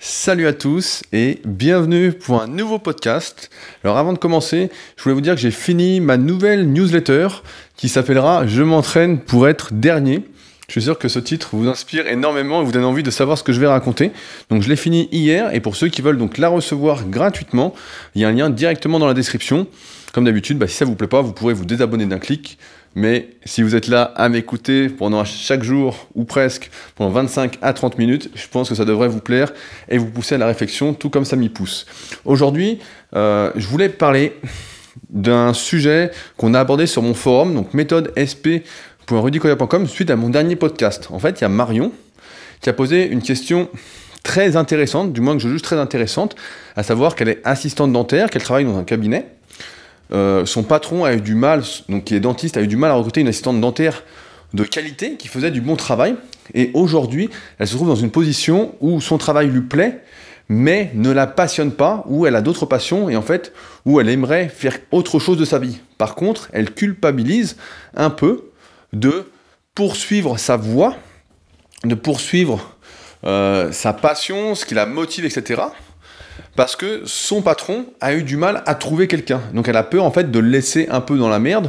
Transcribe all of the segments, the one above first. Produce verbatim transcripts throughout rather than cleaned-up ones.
Salut à tous et bienvenue pour un nouveau podcast. Alors avant de commencer, je voulais vous dire que j'ai fini ma nouvelle newsletter qui s'appellera « Je m'entraîne pour être dernier ». Je suis sûr que ce titre vous inspire énormément et vous donne envie de savoir ce que je vais raconter. Donc je l'ai fini hier et pour ceux qui veulent donc la recevoir gratuitement, il y a un lien directement dans la description. Comme d'habitude, bah, si ça vous plaît pas, vous pourrez vous désabonner d'un clic. Mais si vous êtes là à m'écouter pendant chaque jour, ou presque, pendant vingt-cinq à trente minutes, je pense que ça devrait vous plaire et vous pousser à la réflexion, tout comme ça m'y pousse. Aujourd'hui, euh, je voulais parler d'un sujet qu'on a abordé sur mon forum, donc méthode s p point rudy coya point com, suite à mon dernier podcast. En fait, il y a Marion qui a posé une question très intéressante, du moins que je juge très intéressante, à savoir qu'elle est assistante dentaire, qu'elle travaille dans un cabinet. Euh, son patron a eu du mal, donc qui est dentiste, a eu du mal à recruter une assistante dentaire de qualité qui faisait du bon travail. Et aujourd'hui, elle se trouve dans une position où son travail lui plaît, mais ne la passionne pas, où elle a d'autres passions et en fait, où elle aimerait faire autre chose de sa vie. Par contre, elle culpabilise un peu de poursuivre sa voie, de poursuivre euh, sa passion, ce qui la motive, et cetera. Parce que son patron a eu du mal à trouver quelqu'un. Donc elle a peur en fait de le laisser un peu dans la merde,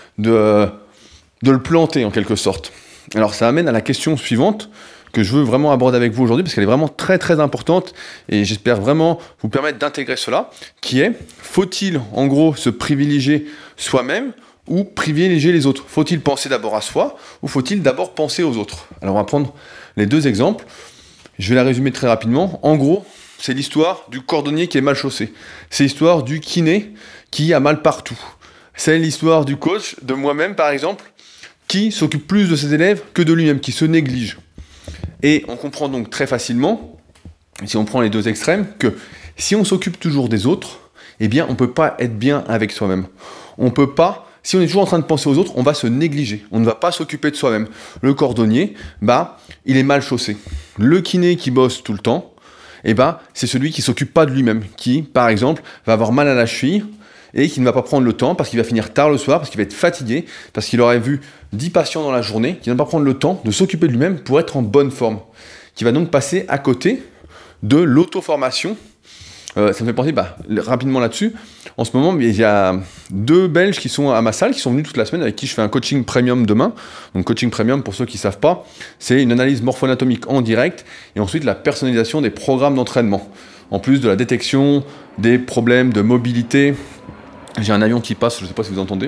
de, de le planter en quelque sorte. Alors ça amène à la question suivante que je veux vraiment aborder avec vous aujourd'hui parce qu'elle est vraiment très très importante et j'espère vraiment vous permettre d'intégrer cela, qui est, faut-il en gros se privilégier soi-même ou privilégier les autres? Faut-il penser d'abord à soi ou faut-il d'abord penser aux autres? Alors on va prendre les deux exemples. Je vais la résumer très rapidement. En gros, c'est l'histoire du cordonnier qui est mal chaussé. C'est l'histoire du kiné qui a mal partout. C'est l'histoire du coach, de moi-même par exemple, qui s'occupe plus de ses élèves que de lui-même, qui se néglige. Et on comprend donc très facilement, si on prend les deux extrêmes, que si on s'occupe toujours des autres, eh bien on ne peut pas être bien avec soi-même. On peut pas, si on est toujours en train de penser aux autres, on va se négliger. On ne va pas s'occuper de soi-même. Le cordonnier, bah, il est mal chaussé. Le kiné qui bosse tout le temps, eh ben, c'est celui qui ne s'occupe pas de lui-même, qui, par exemple, va avoir mal à la cheville et qui ne va pas prendre le temps parce qu'il va finir tard le soir, parce qu'il va être fatigué, parce qu'il aurait vu dix patients dans la journée, qui ne va pas prendre le temps de s'occuper de lui-même pour être en bonne forme, qui va donc passer à côté de l'auto-formation. Euh, ça me fait penser bah, rapidement là-dessus. En ce moment, il y a deux Belges qui sont à ma salle, qui sont venus toute la semaine, avec qui je fais un coaching premium demain. Donc coaching premium, pour ceux qui ne savent pas, c'est une analyse morpho-anatomique en direct et ensuite la personnalisation des programmes d'entraînement. En plus de la détection des problèmes de mobilité. J'ai un avion qui passe, je ne sais pas si vous entendez.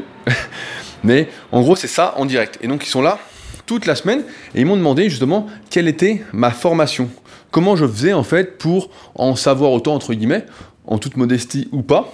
Mais en gros, c'est ça en direct. Et donc, ils sont là toute la semaine et ils m'ont demandé justement quelle était ma formation. Comment je faisais en fait pour en savoir autant, entre guillemets, en toute modestie ou pas.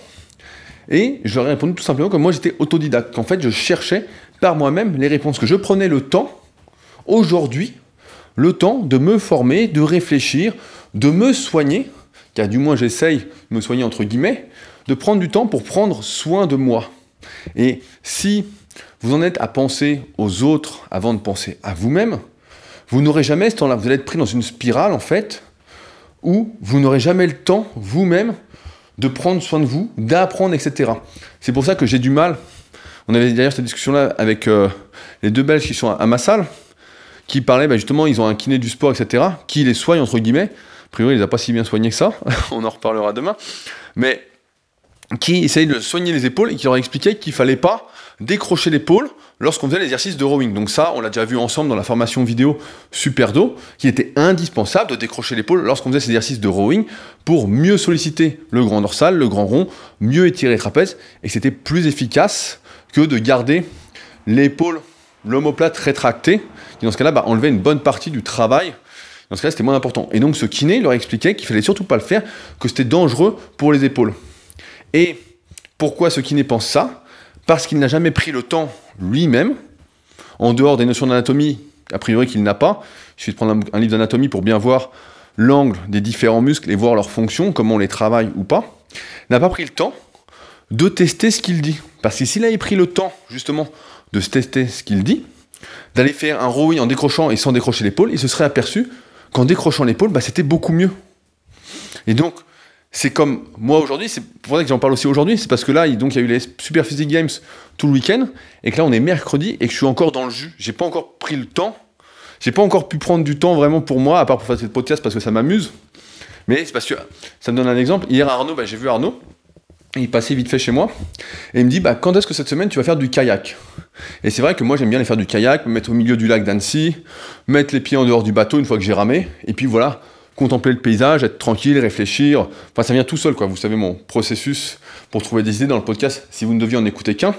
Et je leur ai répondu tout simplement que moi j'étais autodidacte, qu'en fait je cherchais par moi-même les réponses, que je prenais le temps, aujourd'hui, le temps de me former, de réfléchir, de me soigner, car du moins j'essaye de me soigner entre guillemets, de prendre du temps pour prendre soin de moi. Et si vous en êtes à penser aux autres avant de penser à vous-même, vous n'aurez jamais ce temps-là, vous allez être pris dans une spirale en fait, où vous n'aurez jamais le temps, vous-même, de prendre soin de vous, d'apprendre, et cetera. C'est pour ça que j'ai du mal, on avait d'ailleurs cette discussion-là avec euh, les deux Belges qui sont à, à ma salle, qui parlaient, bah, justement, ils ont un kiné du sport, et cetera, qui les soigne, entre guillemets, a priori, il les a pas si bien soignés que ça, on en reparlera demain, mais qui essayait de soigner les épaules et qui leur expliquait qu'il fallait pas décrocher l'épaule lorsqu'on faisait l'exercice de rowing. Donc ça, on l'a déjà vu ensemble dans la formation vidéo Superdo, qu'il était indispensable de décrocher l'épaule lorsqu'on faisait ces exercices de rowing pour mieux solliciter le grand dorsal, le grand rond, mieux étirer les trapèzes, et que c'était plus efficace que de garder l'épaule, l'omoplate rétractée, qui dans ce cas-là, bah, enlevait une bonne partie du travail. Dans ce cas-là, c'était moins important. Et donc ce kiné leur expliquait qu'il fallait surtout pas le faire, que c'était dangereux pour les épaules. Et pourquoi ce kiné pense ça ? Parce qu'il n'a jamais pris le temps lui-même, en dehors des notions d'anatomie, a priori qu'il n'a pas. Il suffit de prendre un, un livre d'anatomie pour bien voir l'angle des différents muscles et voir leurs fonctions, comment on les travaille ou pas. Il n'a pas pris le temps de tester ce qu'il dit. Parce que s'il avait pris le temps, justement, de tester ce qu'il dit, d'aller faire un rowing en décrochant et sans décrocher l'épaule, il se serait aperçu qu'en décrochant l'épaule, bah, c'était beaucoup mieux. Et donc, c'est comme moi aujourd'hui, c'est pour ça que j'en parle aussi aujourd'hui, c'est parce que là, donc, il y a eu les Super Physique Games tout le week-end, et que là, on est mercredi, et que je suis encore dans le jus. J'ai pas encore pris le temps, j'ai pas encore pu prendre du temps vraiment pour moi, à part pour faire cette podcast parce que ça m'amuse, Mais c'est parce que, ça me donne un exemple, hier Arnaud, bah, j'ai vu Arnaud, il passait vite fait chez moi, et il me dit, bah, quand est-ce que cette semaine tu vas faire du kayak ? Et c'est vrai que moi j'aime bien aller faire du kayak, me mettre au milieu du lac d'Annecy, mettre les pieds en dehors du bateau une fois que j'ai ramé, et puis voilà, contempler le paysage, être tranquille, réfléchir, enfin ça vient tout seul quoi, vous savez mon processus pour trouver des idées dans le podcast, si vous ne deviez en écouter qu'un.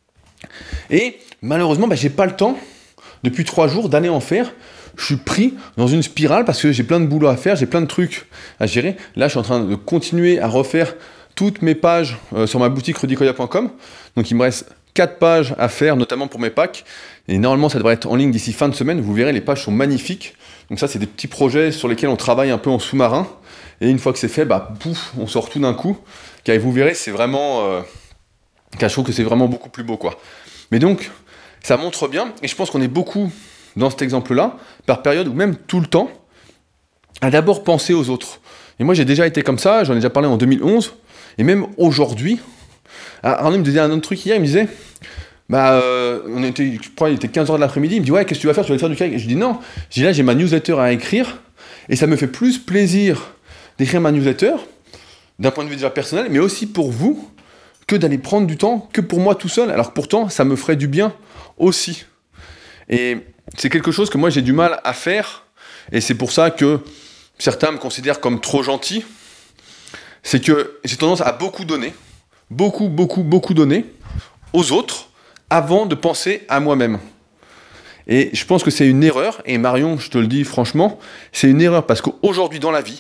Et malheureusement, bah, j'ai pas le temps, depuis trois jours, d'aller en faire. Je suis pris dans une spirale parce que j'ai plein de boulot à faire, j'ai plein de trucs à gérer. Là, je suis en train de continuer à refaire toutes mes pages euh, sur ma boutique rudicoya point com. Donc, il me reste quatre pages à faire, notamment pour mes packs. Et normalement, ça devrait être en ligne d'ici fin de semaine. Vous verrez, les pages sont magnifiques. Donc ça, c'est des petits projets sur lesquels on travaille un peu en sous-marin. Et une fois que c'est fait, bah, pouf, on sort tout d'un coup. Car vous verrez, c'est vraiment... Euh... Car je trouve que c'est vraiment beaucoup plus beau, quoi. Mais donc, ça montre bien. Et je pense qu'on est beaucoup... dans cet exemple-là, par période ou même tout le temps, à d'abord penser aux autres. Et moi, j'ai déjà été comme ça, j'en ai déjà parlé en deux mille onze, et même aujourd'hui, Arnaud me disait un autre truc hier, il me disait, bah, euh, on était, je crois, il était quinze heures de l'après-midi, il me dit, ouais, qu'est-ce que tu vas faire, tu vas aller faire du kayak ? Et je dis, non, je dis, là, j'ai ma newsletter à écrire, et ça me fait plus plaisir d'écrire ma newsletter, d'un point de vue déjà personnel, mais aussi pour vous, que d'aller prendre du temps, que pour moi tout seul, alors que pourtant, ça me ferait du bien aussi. Et c'est quelque chose que moi j'ai du mal à faire, et c'est pour ça que certains me considèrent comme trop gentil. C'est que j'ai tendance à beaucoup donner, beaucoup, beaucoup, beaucoup donner aux autres avant de penser à moi-même. Et je pense que c'est une erreur, et Marion, je te le dis franchement, c'est une erreur parce qu'aujourd'hui dans la vie,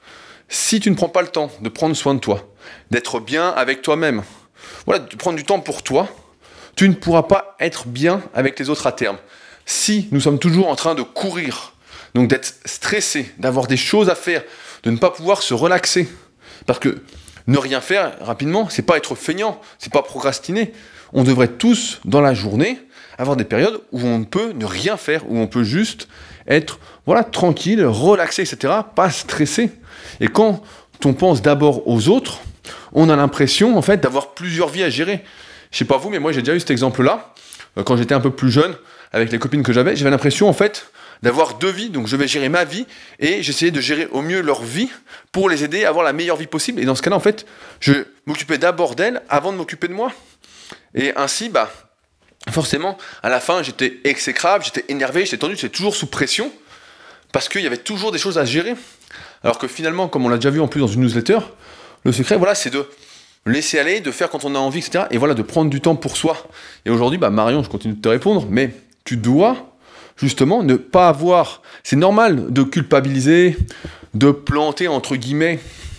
si tu ne prends pas le temps de prendre soin de toi, d'être bien avec toi-même, voilà, de prendre du temps pour toi, tu ne pourras pas être bien avec les autres à terme. Si nous sommes toujours en train de courir, donc d'être stressé, d'avoir des choses à faire, de ne pas pouvoir se relaxer, parce que ne rien faire rapidement, c'est pas être feignant, c'est pas procrastiner. On devrait tous, dans la journée, avoir des périodes où on peut ne rien faire, où on peut juste être voilà, tranquille, relaxé, et cetera, pas stressé. Et quand on pense d'abord aux autres, on a l'impression en fait d'avoir plusieurs vies à gérer. Je sais pas vous, mais moi j'ai déjà eu cet exemple-là, quand j'étais un peu plus jeune, avec les copines que j'avais, j'avais l'impression en fait d'avoir deux vies, donc je vais gérer ma vie et j'essayais de gérer au mieux leur vie pour les aider à avoir la meilleure vie possible. Et dans ce cas-là, en fait, je m'occupais d'abord d'elles avant de m'occuper de moi. Et ainsi, bah, forcément, à la fin, j'étais exécrable, j'étais énervé, j'étais tendu, j'étais toujours sous pression parce qu'il y avait toujours des choses à gérer. Alors que finalement, comme on l'a déjà vu en plus dans une newsletter, le secret, voilà, c'est de laisser aller, de faire quand on a envie, et cetera. Et voilà, de prendre du temps pour soi. Et aujourd'hui, bah, Marion, je continue de te répondre, mais tu dois justement ne pas avoir... C'est normal de culpabiliser, de planter, entre guillemets,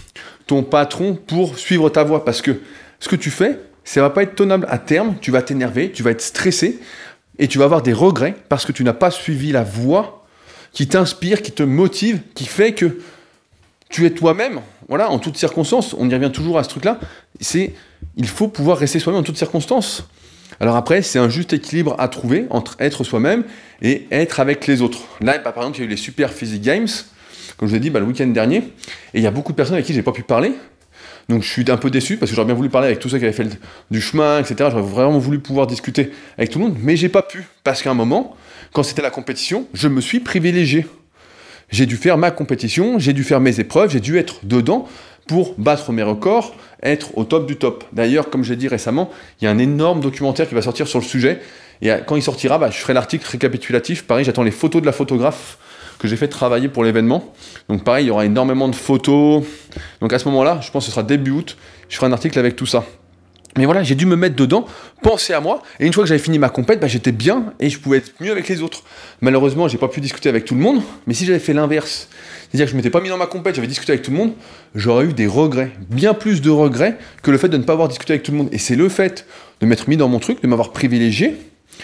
ton patron pour suivre ta voie. Parce que ce que tu fais, ça ne va pas être tenable à terme. Tu vas t'énerver, tu vas être stressé et tu vas avoir des regrets parce que tu n'as pas suivi la voie qui t'inspire, qui te motive, qui fait que tu es toi-même. Voilà, en toutes circonstances. On y revient toujours à ce truc-là. C'est, il faut pouvoir rester soi-même en toutes circonstances. Alors après, c'est un juste équilibre à trouver entre être soi-même et être avec les autres. Là, bah, par exemple, il y a eu les Super Physique Games, comme je vous ai dit, bah, le week-end dernier, et il y a beaucoup de personnes avec qui je n'ai pas pu parler. Donc je suis un peu déçu, parce que j'aurais bien voulu parler avec tous ceux qui avaient fait le, du chemin, et cetera. J'aurais vraiment voulu pouvoir discuter avec tout le monde, mais j'ai pas pu, parce qu'à un moment, quand c'était la compétition, je me suis privilégié. J'ai dû faire ma compétition, j'ai dû faire mes épreuves, j'ai dû être dedans pour battre mes records, être au top du top. D'ailleurs, comme j'ai dit récemment, il y a un énorme documentaire qui va sortir sur le sujet, et quand il sortira, bah, je ferai l'article récapitulatif. Pareil, j'attends les photos de la photographe que j'ai fait travailler pour l'événement. Donc pareil, il y aura énormément de photos. Donc à ce moment-là, je pense que ce sera début août, je ferai un article avec tout ça. Mais voilà, j'ai dû me mettre dedans, penser à moi, et une fois que j'avais fini ma compète, bah, j'étais bien et je pouvais être mieux avec les autres. Malheureusement, j'ai pas pu discuter avec tout le monde, mais si j'avais fait l'inverse, c'est-à-dire que je m'étais pas mis dans ma compète, j'avais discuté avec tout le monde, j'aurais eu des regrets, bien plus de regrets que le fait de ne pas avoir discuté avec tout le monde. Et c'est le fait de m'être mis dans mon truc, de m'avoir privilégié,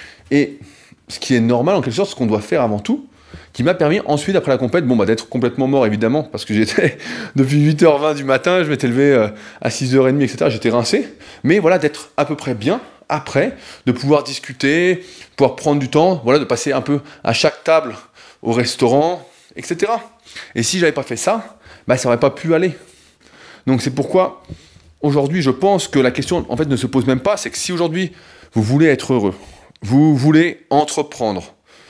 et ce qui est normal en quelque sorte, ce qu'on doit faire avant tout, qui m'a permis ensuite, après la compète, bon, bah, d'être complètement mort évidemment, parce que j'étais depuis huit heures vingt du matin, je m'étais levé euh, à six heures trente, et cetera. J'étais rincé, mais voilà, d'être à peu près bien après, de pouvoir discuter, pouvoir prendre du temps, voilà, de passer un peu à chaque table au restaurant, et cetera. Et si j'avais pas fait ça, bah, ça aurait pas pu aller. Donc c'est pourquoi aujourd'hui, je pense que la question en fait ne se pose même pas, c'est que si aujourd'hui vous voulez être heureux, vous voulez entreprendre,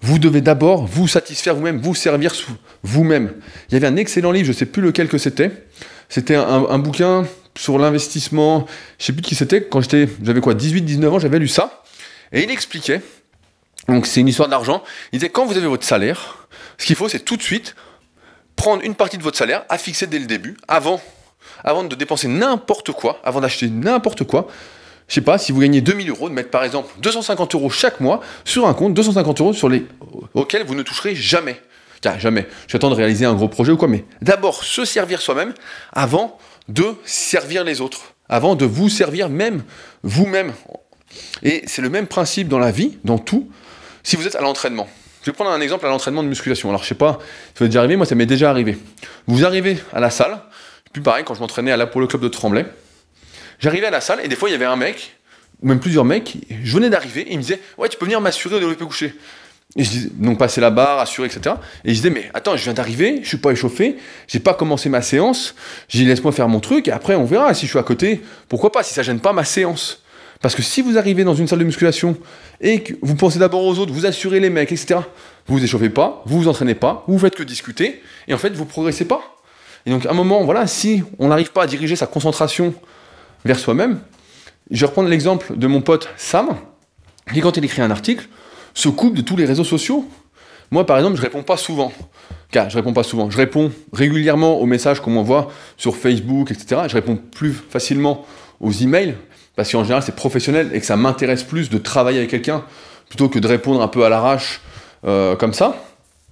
Vous devez d'abord vous satisfaire vous-même, vous servir vous-même. Il y avait un excellent livre, je ne sais plus lequel que c'était. C'était un, un bouquin sur l'investissement, je ne sais plus de qui c'était. Quand j'étais, j'avais quoi, dix-huit dix-neuf ans, j'avais lu ça. Et il expliquait, donc c'est une histoire d'argent, il disait quand vous avez votre salaire, ce qu'il faut c'est tout de suite prendre une partie de votre salaire à fixer dès le début, avant, avant de dépenser n'importe quoi, avant d'acheter n'importe quoi. Je sais pas, si vous gagnez deux mille euros, de mettre par exemple deux cent cinquante euros chaque mois sur un compte, deux cent cinquante euros sur les, auxquels vous ne toucherez jamais. Car jamais. J'attends de réaliser un gros projet ou quoi, mais d'abord se servir soi-même avant de servir les autres, avant de vous servir même vous-même. Et c'est le même principe dans la vie, dans tout, si vous êtes à l'entraînement. Je vais prendre un exemple à l'entraînement de musculation. Alors je sais pas, ça m'est déjà arrivé, moi ça m'est déjà arrivé. Vous arrivez à la salle, puis pareil, quand je m'entraînais à la, pour le club de Tremblay, j'arrivais à la salle et des fois il y avait un mec, ou même plusieurs mecs, je venais d'arriver et il me disait « Ouais, tu peux venir m'assurer au développé couché ». Et je disais, donc passer la barre, assurer, et cetera. Et je disais, mais attends, je viens d'arriver, je suis pas échauffé, j'ai pas commencé ma séance, j'ai dit laisse-moi faire mon truc, et après on verra si je suis à côté, pourquoi pas, si ça gêne pas ma séance. Parce que si vous arrivez dans une salle de musculation et que vous pensez d'abord aux autres, vous assurez les mecs, et cetera, vous vous échauffez pas, vous vous entraînez pas, vous faites que discuter, et en fait vous progressez pas. Et donc à un moment, voilà, si on n'arrive pas à diriger sa concentration vers soi-même, je vais reprendre l'exemple de mon pote Sam, qui quand il écrit un article, se coupe de tous les réseaux sociaux. Moi, par exemple, je réponds pas souvent. Car je réponds pas souvent. Je réponds régulièrement aux messages qu'on m'envoie sur Facebook, et cetera. Je réponds plus facilement aux emails, parce qu'en général, c'est professionnel et que ça m'intéresse plus de travailler avec quelqu'un plutôt que de répondre un peu à l'arrache euh, comme ça.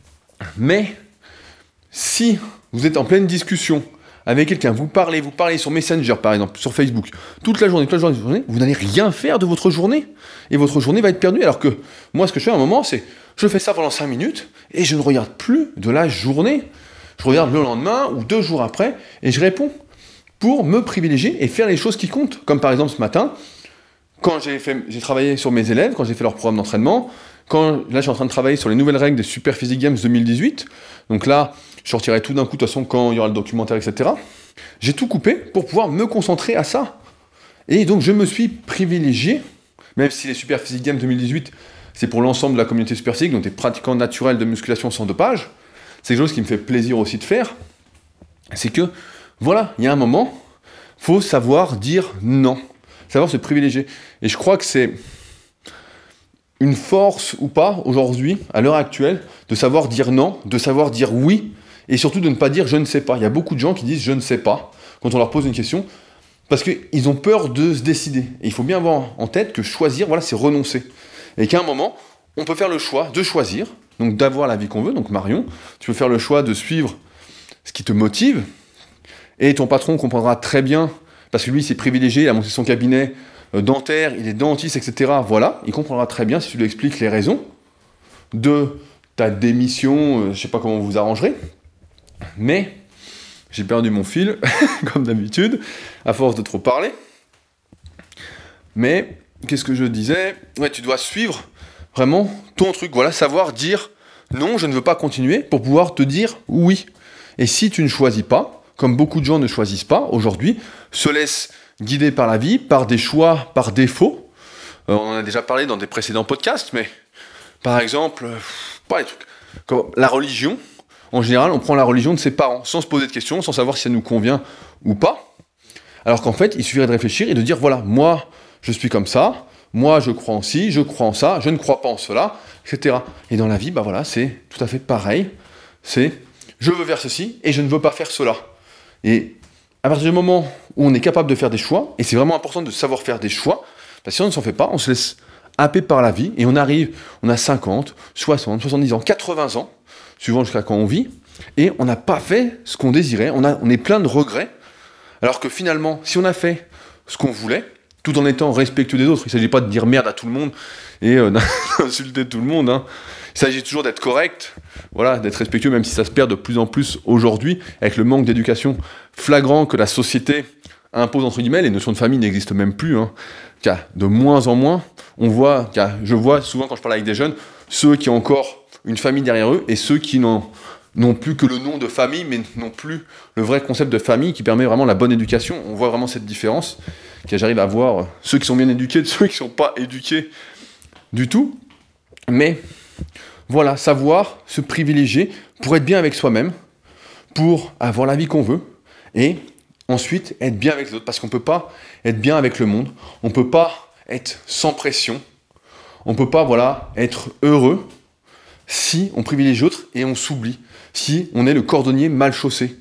Mais si vous êtes en pleine discussion avec quelqu'un, vous parlez, vous parlez sur Messenger par exemple, sur Facebook, toute la journée, toute la journée, toute la journée, vous n'allez rien faire de votre journée. Et votre journée va être perdue. Alors que moi, ce que je fais à un moment, c'est je fais ça pendant cinq minutes et je ne regarde plus de la journée. Je regarde le lendemain ou deux jours après et je réponds pour me privilégier et faire les choses qui comptent. Comme par exemple ce matin, quand j'ai, fait, j'ai travaillé sur mes élèves, quand j'ai fait leur programme d'entraînement, quand là je suis en train de travailler sur les nouvelles règles des Super Physique Games deux mille dix-huit, donc là je sortirai tout d'un coup de toute façon quand il y aura le documentaire, et cetera. J'ai tout coupé pour pouvoir me concentrer à ça. Et donc je me suis privilégié, même si les Super Physique Games deux mille dix-huit, c'est pour l'ensemble de la communauté Super Physique, donc des pratiquants naturels de musculation sans dopage, c'est quelque chose qui me fait plaisir aussi de faire, c'est que, voilà, il y a un moment, il faut savoir dire non, savoir se privilégier. Et je crois que c'est une force ou pas, aujourd'hui, à l'heure actuelle, de savoir dire non, de savoir dire oui, et surtout de ne pas dire je ne sais pas. Il y a beaucoup de gens qui disent je ne sais pas, quand on leur pose une question, parce qu'ils ont peur de se décider. Et il faut bien avoir en tête que choisir, voilà, c'est renoncer. Et qu'à un moment, on peut faire le choix de choisir, donc d'avoir la vie qu'on veut. Donc Marion, tu peux faire le choix de suivre ce qui te motive, et ton patron comprendra très bien, parce que lui, c'est privilégié, il a monté son cabinet euh, dentaire, il est dentiste, et cetera. Voilà, il comprendra très bien si tu lui expliques les raisons de ta démission, euh, je ne sais pas comment vous vous arrangerez, mais j'ai perdu mon fil, comme d'habitude, à force de trop parler. Mais, qu'est-ce que je disais ? Ouais, tu dois suivre vraiment ton truc, voilà, savoir dire non, je ne veux pas continuer, pour pouvoir te dire oui. Et si tu ne choisis pas, comme beaucoup de gens ne choisissent pas aujourd'hui, se laissent guider par la vie, par des choix, par défaut. Euh, on en a déjà parlé dans des précédents podcasts, mais par exemple, euh, pas les trucs comme la religion. En général, on prend la religion de ses parents, sans se poser de questions, sans savoir si ça nous convient ou pas. Alors qu'en fait, il suffirait de réfléchir et de dire, voilà, moi, je suis comme ça, moi, je crois en ci, je crois en ça, je ne crois pas en cela, et cetera. Et dans la vie, bah voilà, c'est tout à fait pareil. C'est, je veux faire ceci et je ne veux pas faire cela. Et à partir du moment où on est capable de faire des choix, et c'est vraiment important de savoir faire des choix, parce que si on ne s'en fait pas, on se laisse happer par la vie, et on arrive, on a cinquante, soixante, soixante-dix ans, quatre-vingts ans, suivant jusqu'à quand on vit, et on n'a pas fait ce qu'on désirait, on, a, on est plein de regrets, alors que finalement, si on a fait ce qu'on voulait, tout en étant respectueux des autres, il ne s'agit pas de dire merde à tout le monde, et euh, d'insulter tout le monde, hein. Il s'agit toujours d'être correct, voilà, d'être respectueux, même si ça se perd de plus en plus aujourd'hui, avec le manque d'éducation flagrant que la société impose, entre guillemets, les notions de famille n'existent même plus, hein. Car de moins en moins, on voit, car je vois souvent quand je parle avec des jeunes, ceux qui ont encore une famille derrière eux, et ceux qui n'ont, n'ont plus que le nom de famille, mais n'ont plus le vrai concept de famille qui permet vraiment la bonne éducation. On voit vraiment cette différence, car j'arrive à voir ceux qui sont bien éduqués de ceux qui ne sont pas éduqués du tout. Mais voilà, savoir se privilégier pour être bien avec soi-même, pour avoir la vie qu'on veut, et ensuite être bien avec les autres, parce qu'on ne peut pas être bien avec le monde, on ne peut pas être sans pression, on ne peut pas voilà, être heureux si on privilégie l'autre et on s'oublie, si on est le cordonnier mal chaussé,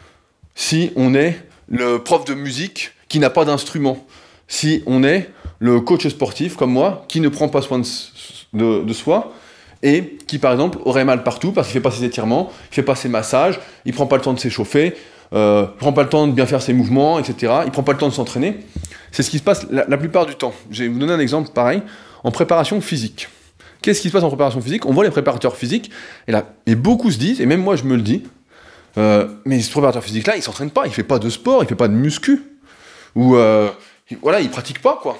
si on est le prof de musique qui n'a pas d'instrument, si on est le coach sportif comme moi qui ne prend pas soin de, de, de soi et qui par exemple aurait mal partout parce qu'il ne fait pas ses étirements, il ne fait pas ses massages, il ne prend pas le temps de s'échauffer, euh, il ne prend pas le temps de bien faire ses mouvements, et cetera. Il ne prend pas le temps de s'entraîner. C'est ce qui se passe la, la plupart du temps. Je vais vous donner un exemple pareil en préparation physique. Qu'est-ce qui se passe en préparation physique? On voit les préparateurs physiques et, là, et beaucoup se disent, et même moi je me le dis, euh, mais ce préparateur physique-là, il ne s'entraîne pas, il ne fait pas de sport, il ne fait pas de muscu, ou euh, voilà, il ne pratique pas, quoi.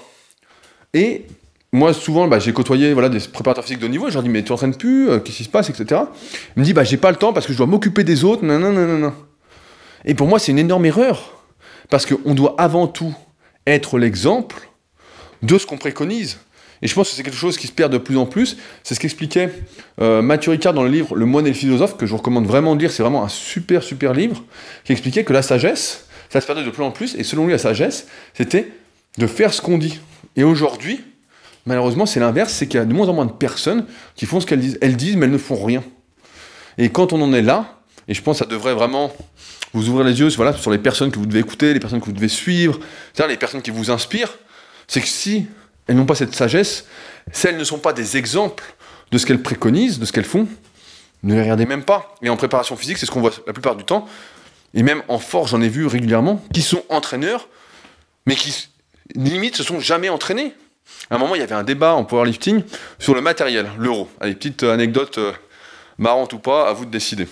Et moi, souvent, bah, j'ai côtoyé voilà, des préparateurs physiques de haut niveau, et je leur dis, mais tu t'entraînes plus, euh, qu'est-ce qui se passe, et cetera. Il me dit, bah, j'ai pas le temps parce que je dois m'occuper des autres, non, non, non, non, non. Et pour moi, c'est une énorme erreur, parce qu'on doit avant tout être l'exemple de ce qu'on préconise. Et je pense que c'est quelque chose qui se perd de plus en plus. C'est ce qu'expliquait euh, Mathieu Ricard dans le livre Le Moine et le Philosophe, que je vous recommande vraiment de lire, c'est vraiment un super, super livre, qui expliquait que la sagesse, ça se perdait de plus en plus, et selon lui, la sagesse, c'était de faire ce qu'on dit. Et aujourd'hui, malheureusement, c'est l'inverse, c'est qu'il y a de moins en moins de personnes qui font ce qu'elles disent. Elles disent, mais elles ne font rien. Et quand on en est là, et je pense que ça devrait vraiment vous ouvrir les yeux voilà, sur les personnes que vous devez écouter, les personnes que vous devez suivre, c'est-à-dire les personnes qui vous inspirent, c'est que si elles n'ont pas cette sagesse, si elles ne sont pas des exemples de ce qu'elles préconisent, de ce qu'elles font, ne les regardez même pas. Et en préparation physique, c'est ce qu'on voit la plupart du temps, et même en force, j'en ai vu régulièrement, qui sont entraîneurs, mais qui, limite, se sont jamais entraînés. À un moment, il y avait un débat en powerlifting sur le matériel, l'euro. Allez, petite anecdote euh, marrante ou pas, à vous de décider.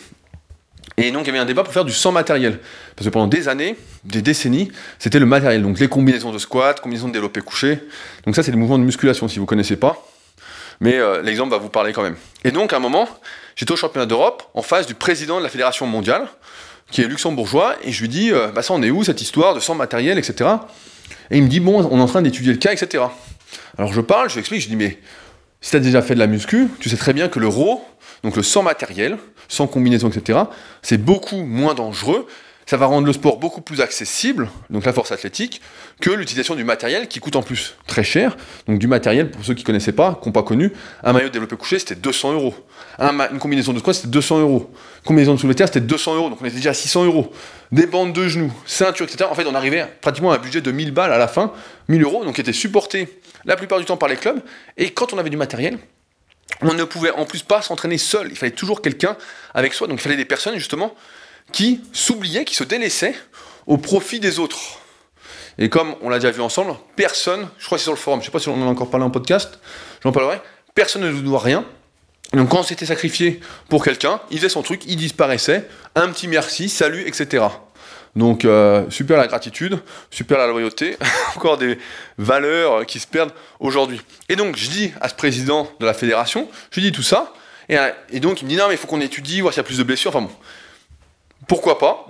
Et donc, il y avait un débat pour faire du sans matériel. Parce que pendant des années, des décennies, c'était le matériel. Donc, les combinaisons de squat, combinaisons de développé couché. Donc, ça, c'est des mouvements de musculation, si vous ne connaissez pas. Mais euh, l'exemple va vous parler quand même. Et donc, à un moment, j'étais au championnat d'Europe, en face du président de la Fédération mondiale, qui est luxembourgeois, et je lui dis, euh, bah ça, on est où, cette histoire de sans matériel, et cetera. Et il me dit, bon, on est en train d'étudier le cas, et cetera. Alors, je parle, je lui explique, je dis, mais si tu as déjà fait de la muscu, tu sais très bien que le raw, donc le sans matériel, sans combinaison, et cetera, c'est beaucoup moins dangereux, ça va rendre le sport beaucoup plus accessible, donc la force athlétique, que l'utilisation du matériel qui coûte en plus très cher. Donc du matériel, pour ceux qui ne connaissaient pas, qui n'ont pas connu, un maillot de développé couché, c'était deux cents euros. Un ma- une combinaison de squat, c'était deux cents euros. Une combinaison de soulevé de terre, c'était deux cents euros, donc on était déjà à six cents euros. Des bandes de genoux, ceinture, et cetera. En fait, on arrivait pratiquement à un budget de mille balles à la fin, mille euros, donc qui était supporté la plupart du temps par les clubs. Et quand on avait du matériel, on ne pouvait en plus pas s'entraîner seul. Il fallait toujours quelqu'un avec soi. Donc il fallait des personnes justement qui s'oubliaient, qui se délaissaient au profit des autres. Et comme on l'a déjà vu ensemble, personne, je crois que c'est sur le forum, je ne sais pas si on en a encore parlé en podcast, j'en parlerai, personne ne nous doit rien. Donc quand on s'était sacrifié pour quelqu'un, il faisait son truc, il disparaissait, un petit merci, salut, et cetera. Donc euh, super la gratitude, super la loyauté, encore des valeurs qui se perdent aujourd'hui. Et donc je dis à ce président de la fédération, je lui dis tout ça, et, et donc il me dit non mais il faut qu'on étudie, voir s'il y a plus de blessures, enfin bon, pourquoi pas.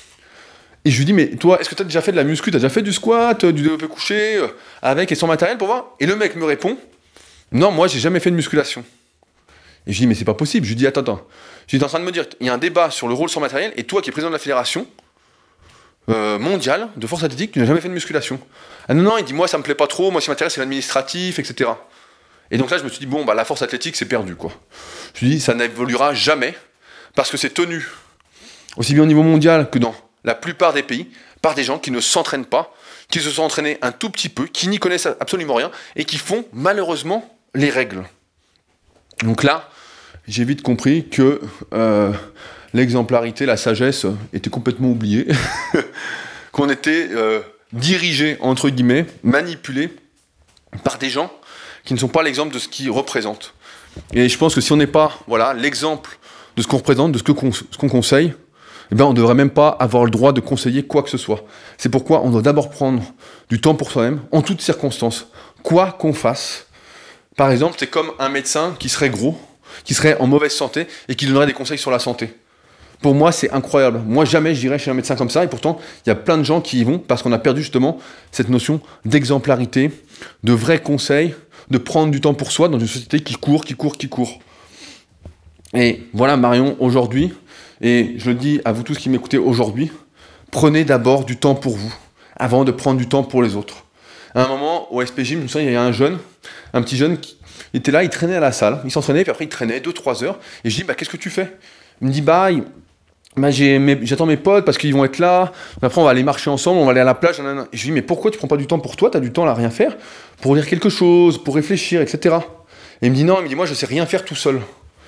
Et je lui dis mais toi, est-ce que tu as déjà fait de la muscu, tu as déjà fait du squat, du développé couché, euh, avec et sans matériel pour voir? Et le mec me répond, non moi j'ai jamais fait de musculation. Et je dis mais c'est pas possible, je lui dis attends, attends, je dis t'es en train de me dire, il y a un débat sur le rôle sans matériel, et toi qui es président de la fédération, Euh, mondial de force athlétique, tu n'as jamais fait de musculation. Ah non, non, il dit moi ça me plaît pas trop, moi ce qui m'intéresse c'est l'administratif, et cetera. Et donc là je me suis dit bon bah la force athlétique c'est perdu quoi. Je me suis dit ça n'évoluera jamais parce que c'est tenu aussi bien au niveau mondial que dans la plupart des pays par des gens qui ne s'entraînent pas, qui se sont entraînés un tout petit peu, qui n'y connaissent absolument rien et qui font malheureusement les règles. Donc là j'ai vite compris que euh, l'exemplarité, la sagesse était complètement oubliée, qu'on était euh, dirigé, entre guillemets, manipulé par des gens qui ne sont pas l'exemple de ce qu'ils représentent. Et je pense que si on n'est pas voilà, l'exemple de ce qu'on représente, de ce, que con- ce qu'on conseille, eh ben on ne devrait même pas avoir le droit de conseiller quoi que ce soit. C'est pourquoi on doit d'abord prendre du temps pour soi-même, en toutes circonstances, quoi qu'on fasse. Par exemple, c'est comme un médecin qui serait gros, qui serait en mauvaise santé et qui donnerait des conseils sur la santé. Pour moi, c'est incroyable. Moi, jamais j'irai chez un médecin comme ça. Et pourtant, il y a plein de gens qui y vont parce qu'on a perdu justement cette notion d'exemplarité, de vrais conseils, de prendre du temps pour soi dans une société qui court, qui court, qui court. Et voilà Marion, aujourd'hui, et je le dis à vous tous qui m'écoutez aujourd'hui, prenez d'abord du temps pour vous, avant de prendre du temps pour les autres. À un moment, au S P Gym, je me souviens, il y a un jeune, un petit jeune qui était là, il traînait à la salle, il s'entraînait, puis après il traînait deux trois heures, et je dis, bah qu'est-ce que tu fais? Il me dit, bah, il... bah j'ai mes... j'attends mes potes parce qu'ils vont être là, après on va aller marcher ensemble, on va aller à la plage, nanana. Et je lui dis, mais pourquoi tu prends pas du temps pour toi, t'as du temps là à rien faire, pour lire quelque chose, pour réfléchir, et cetera. Et il me dit, non, il me dit, moi je sais rien faire tout seul.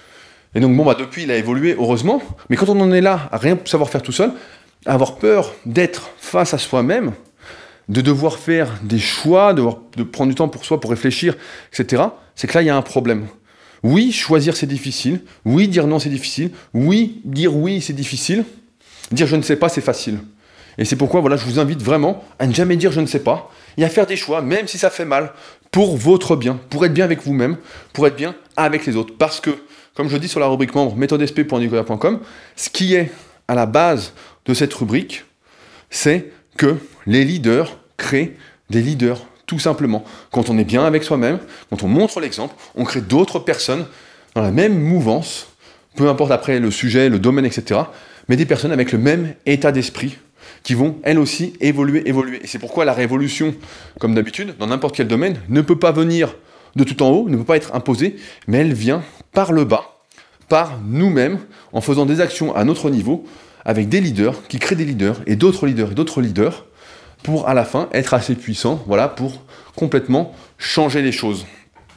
Et donc bon, bah depuis il a évolué, heureusement, mais quand on en est là, à rien savoir faire tout seul, à avoir peur d'être face à soi-même, de devoir faire des choix, de, devoir, de prendre du temps pour soi, pour réfléchir, et cetera, c'est que là, il y a un problème. Oui, choisir, c'est difficile. Oui, dire non, c'est difficile. Oui, dire oui, c'est difficile. Dire je ne sais pas, c'est facile. Et c'est pourquoi, voilà, je vous invite vraiment à ne jamais dire je ne sais pas, et à faire des choix, même si ça fait mal, pour votre bien, pour être bien avec vous-même, pour être bien avec les autres. Parce que, comme je dis sur la rubrique membre méthode s p point nicolas point com, ce qui est à la base de cette rubrique, c'est que les leaders créent des leaders, tout simplement. Quand on est bien avec soi-même, quand on montre l'exemple, on crée d'autres personnes dans la même mouvance, peu importe après le sujet, le domaine, et cetera, mais des personnes avec le même état d'esprit, qui vont, elles aussi, évoluer, évoluer. Et c'est pourquoi la révolution, comme d'habitude, dans n'importe quel domaine, ne peut pas venir de tout en haut, ne peut pas être imposée, mais elle vient par le bas, par nous-mêmes, en faisant des actions à notre niveau, avec des leaders qui créent des leaders, et d'autres leaders, et d'autres leaders, pour à la fin être assez puissants, voilà, pour complètement changer les choses.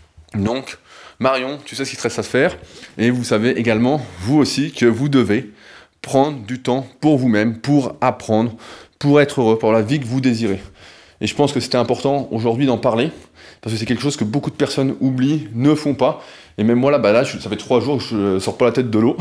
Donc, Marion, tu sais ce qu'il te reste à faire, et vous savez également, vous aussi, que vous devez prendre du temps pour vous-même, pour apprendre, pour être heureux, pour la vie que vous désirez. Et je pense que c'était important aujourd'hui d'en parler, parce que c'est quelque chose que beaucoup de personnes oublient, ne font pas, et même moi là, bah là je, ça fait trois jours que je ne sors pas la tête de l'eau,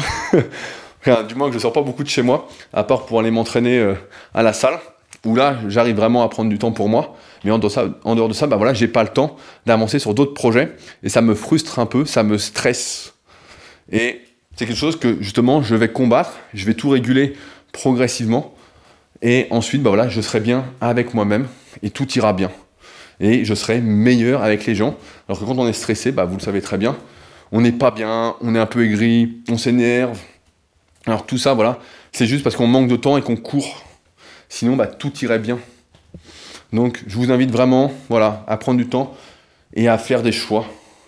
du moins que je ne sors pas beaucoup de chez moi, à part pour aller m'entraîner euh, à la salle, où là, j'arrive vraiment à prendre du temps pour moi, mais en dehors de ça, en dehors de ça bah voilà, j'ai pas le temps d'avancer sur d'autres projets, et ça me frustre un peu, ça me stresse. Et c'est quelque chose que, justement, je vais combattre, je vais tout réguler progressivement, et ensuite, bah voilà, je serai bien avec moi-même, et tout ira bien. Et je serai meilleur avec les gens, alors que quand on est stressé, bah vous le savez très bien, on n'est pas bien, on est un peu aigri, on s'énerve. Alors tout ça, voilà, c'est juste parce qu'on manque de temps et qu'on court. Sinon, bah, tout irait bien. Donc, je vous invite vraiment, voilà, à prendre du temps et à faire des choix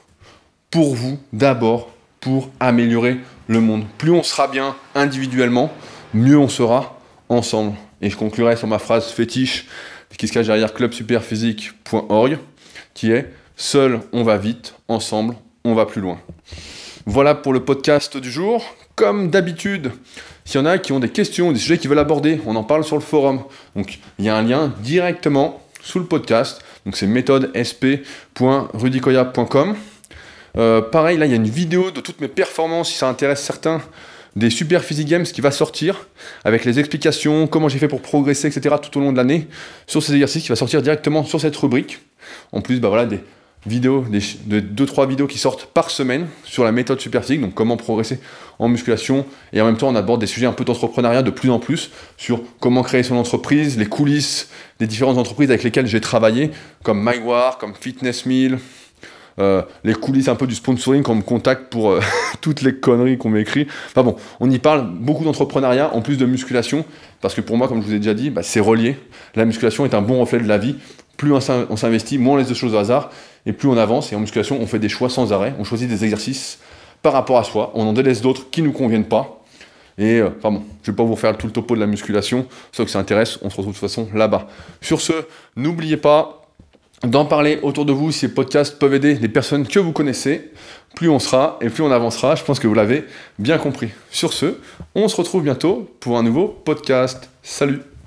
pour vous, d'abord, pour améliorer le monde. Plus on sera bien individuellement, mieux on sera ensemble. Et je conclurai sur ma phrase fétiche qui se cache derrière club super physique point org, qui est « Seul, on va vite, ensemble, on va plus loin ». Voilà pour le podcast du jour. Comme d'habitude, s'il y en a qui ont des questions, des sujets qu'ils veulent aborder, on en parle sur le forum. Donc, il y a un lien directement sous le podcast. Donc, c'est méthode s p point rudicoya point com. Euh, pareil, là, il y a une vidéo de toutes mes performances, si ça intéresse certains, des Super Physique Games qui va sortir, avec les explications, comment j'ai fait pour progresser, et cetera, tout au long de l'année, sur ces exercices, qui va sortir directement sur cette rubrique. En plus, bah voilà, des vidéos, des, de deux trois vidéos qui sortent par semaine sur la méthode Super Physique, donc comment progresser en musculation, et en même temps on aborde des sujets un peu d'entrepreneuriat de plus en plus, sur comment créer son entreprise, les coulisses des différentes entreprises avec lesquelles j'ai travaillé, comme MyWar, comme Fitness Meal, euh, les coulisses un peu du sponsoring quand on me contacte pour euh, toutes les conneries qu'on m'écrit. Enfin bon, on y parle beaucoup d'entrepreneuriat en plus de musculation, parce que pour moi, comme je vous ai déjà dit, bah, c'est relié. La musculation est un bon reflet de la vie. Plus on s'investit, moins on laisse de choses au hasard, et plus on avance. Et en musculation, on fait des choix sans arrêt. On choisit des exercices par rapport à soi. On en délaisse d'autres qui ne nous conviennent pas. Et euh, enfin bon, je ne vais pas vous refaire tout le topo de la musculation. Ceux que ça intéresse, on se retrouve de toute façon là-bas. Sur ce, n'oubliez pas d'en parler autour de vous si ces podcasts peuvent aider les personnes que vous connaissez. Plus on sera et plus on avancera. Je pense que vous l'avez bien compris. Sur ce, on se retrouve bientôt pour un nouveau podcast. Salut!